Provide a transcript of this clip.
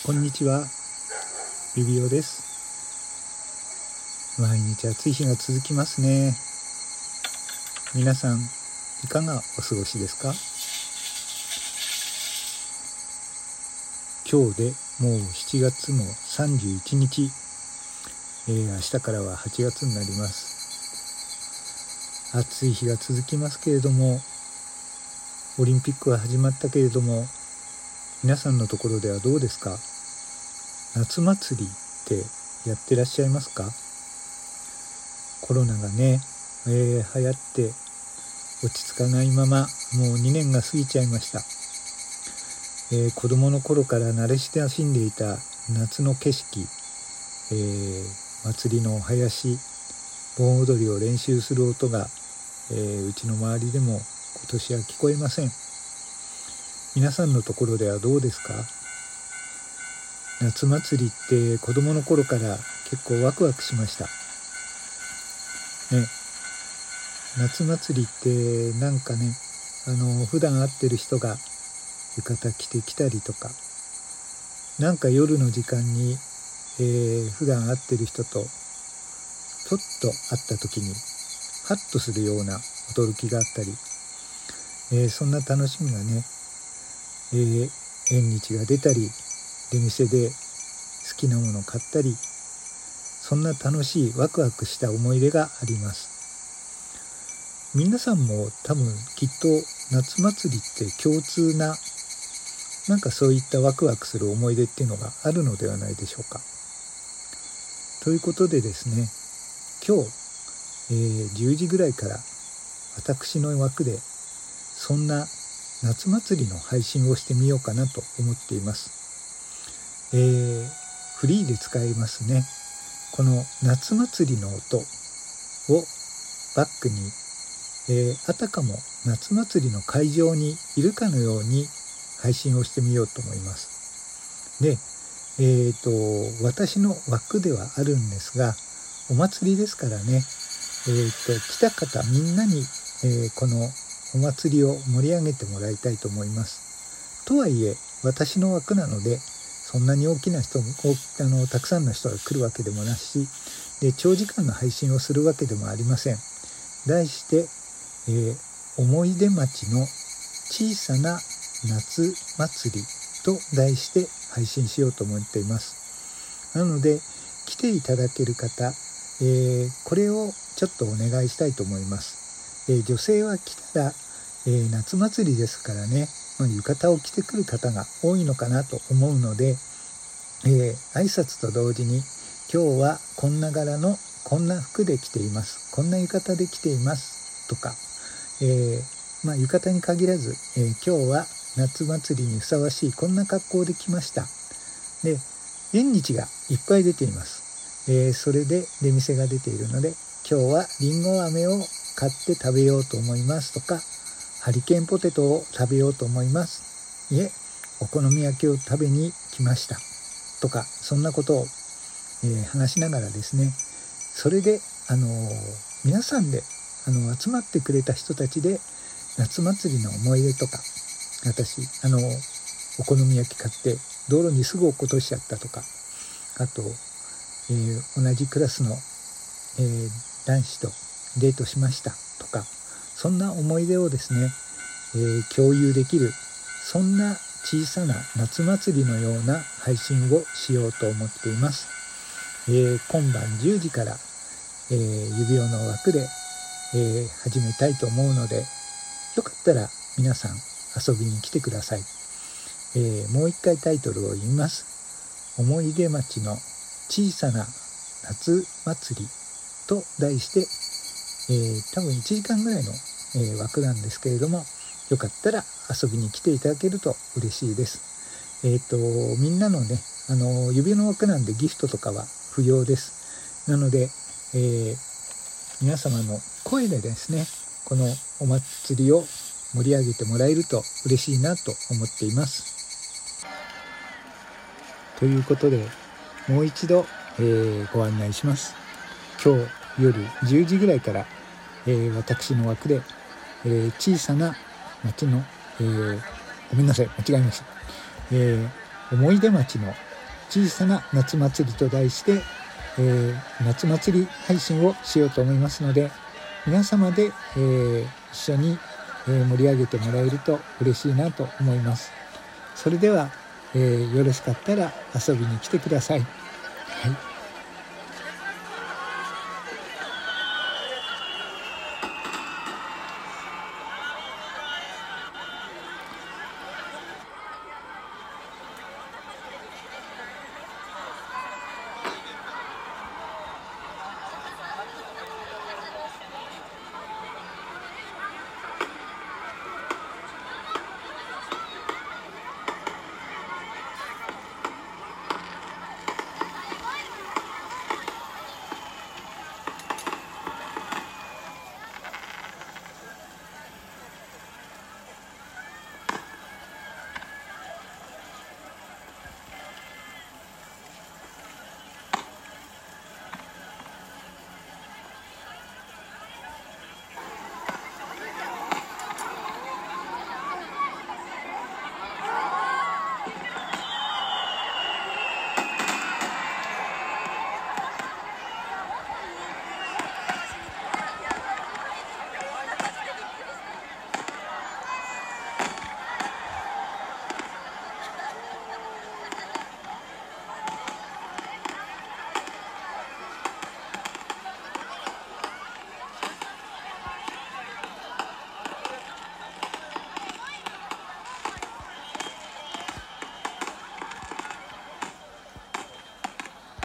こんにちは、指輪です。毎日暑い日が続きますね。皆さんいかがお過ごしですか？今日でもう7月も31日、明日からは8月になります。暑い日が続きますけれども、オリンピックは始まったけれども、皆さんのところではどうですか？夏祭りってやってらっしゃいますか？コロナがね、流行って落ち着かないままもう2年が過ぎちゃいました。子供の頃から慣れ親しんでいた夏の景色、祭りのお囃子、盆踊りを練習する音が、うちの周りでも今年は聞こえません。皆さんのところではどうですか？夏祭りって子供の頃から結構ワクワクしましたね。夏祭りってなんかね、普段会ってる人が浴衣着てきたりとか、なんか夜の時間に、普段会ってる人とちょっと会った時にハッとするような驚きがあったり、そんな楽しみがね、縁日が出たり、出店で好きなものを買ったり、そんな楽しいワクワクした思い出があります。皆さんも多分きっと夏祭りって共通な、なんかそういったワクワクする思い出っていうのがあるのではないでしょうか。ということでですね、今日、10時ぐらいから私の枠でそんな夏祭りの配信をしてみようかなと思っています。フリーで使えますね。この夏祭りの音をバックに、あたかも夏祭りの会場にいるかのように配信をしてみようと思います。で、私の枠ではあるんですが、お祭りですからね、来た方みんなに、このお祭りを盛り上げてもらいたいと思います。とはいえ私の枠なので、そんなに大きな人もたくさんの人が来るわけでもなし、で長時間の配信をするわけでもありません。題して、思い出町の小さな夏祭りと題して配信しようと思っています。なので来ていただける方、これをちょっとお願いしたいと思います。女性は来たら、夏祭りですからね、浴衣を着てくる方が多いのかなと思うので、挨拶と同時に今日はこんな柄のこんな服で着ています、こんな浴衣で着ていますとか、浴衣に限らず、今日は夏祭りにふさわしいこんな格好で来ました。で、縁日がいっぱい出ています。それで出店が出ているので、今日はりんご飴を買って食べようと思いますとか、ハリケーンポテトを食べようと思います、いえお好み焼きを食べに来ましたとか、そんなことを、話しながらですね、それで、皆さんで集まってくれた人たちで夏祭りの思い出とか、私お好み焼き買って道路にすぐ落っことしちゃったとか、あと、同じクラスの、男子とデートしましたとか、そんな思い出をですね、共有できる、そんな小さな夏祭りのような配信をしようと思っています。今晩10時から、指輪の枠で、始めたいと思うので、よかったら皆さん遊びに来てください。もう一回タイトルを言います。思い出町の小さな夏祭りと題して、多分1時間ぐらいの、枠なんですけれども、よかったら遊びに来ていただけると嬉しいです。みんなのね、指の枠なんでギフトとかは不要です。なので、皆様の声でですね、このお祭りを盛り上げてもらえると嬉しいなと思っています。ということで、もう一度、ご案内します。今日夜10時ぐらいから、私の枠で、小さな町の、ごめんなさい、間違えました。思い出町の小さな夏祭りと題して、夏祭り配信をしようと思いますので、皆様で、一緒に、盛り上げてもらえると嬉しいなと思います。それでは、よろしかったら遊びに来てください。はい。